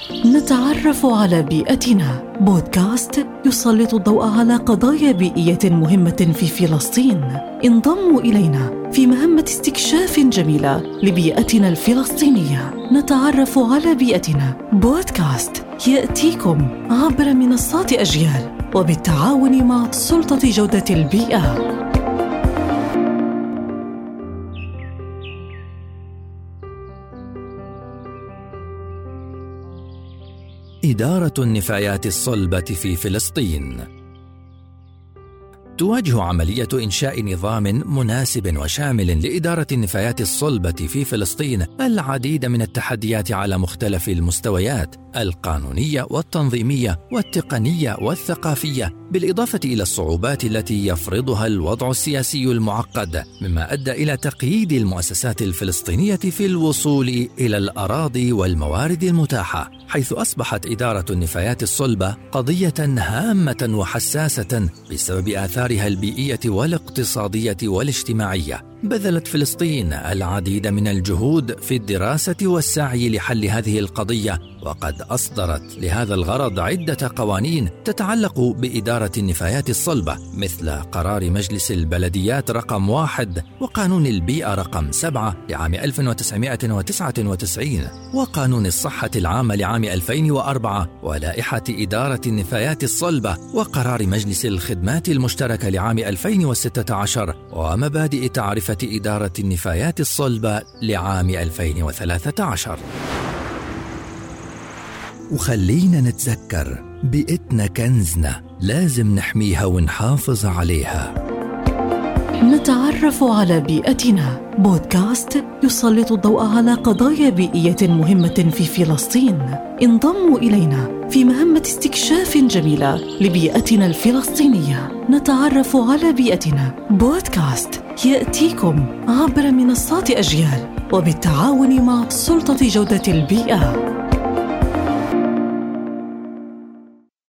نتعرف على بيئتنا، بودكاست يسلط الضوء على قضايا بيئية مهمة في فلسطين. انضموا إلينا في مهمة استكشاف جميلة لبيئتنا الفلسطينية. نتعرف على بيئتنا، بودكاست يأتيكم عبر منصات أجيال وبالتعاون مع سلطة جودة البيئة. إدارة النفايات الصلبة في فلسطين. تواجه عملية إنشاء نظام مناسب وشامل لإدارة النفايات الصلبة في فلسطين العديد من التحديات على مختلف المستويات القانونية والتنظيمية والتقنية والثقافية، بالإضافة إلى الصعوبات التي يفرضها الوضع السياسي المعقد، مما أدى إلى تقييد المؤسسات الفلسطينية في الوصول إلى الأراضي والموارد المتاحة، حيث أصبحت إدارة النفايات الصلبة قضية هامة وحساسة بسبب آثارها البيئية والاقتصادية والاجتماعية. بذلت فلسطين العديد من الجهود في الدراسة والسعي لحل هذه القضية، وقد أصدرت لهذا الغرض عدة قوانين تتعلق بإدارة النفايات الصلبة، مثل قرار مجلس البلديات رقم 1 وقانون البيئة رقم 7 لعام 1999 وقانون الصحة العامة لعام 2004 ولائحة إدارة النفايات الصلبة وقرار مجلس الخدمات المشتركة لعام 2016 ومبادئ تعرفة إدارة النفايات الصلبة لعام 2013. وخلينا نتذكر، بيئتنا كنزنا، لازم نحميها ونحافظ عليها. نتعرف على بيئتنا، بودكاست يسلط الضوء على قضايا بيئية مهمة في فلسطين. انضموا إلينا في مهمة استكشاف جميلة لبيئتنا الفلسطينية. نتعرف على بيئتنا، بودكاست يأتيكم عبر منصات أجيال وبالتعاون مع سلطة جودة البيئة.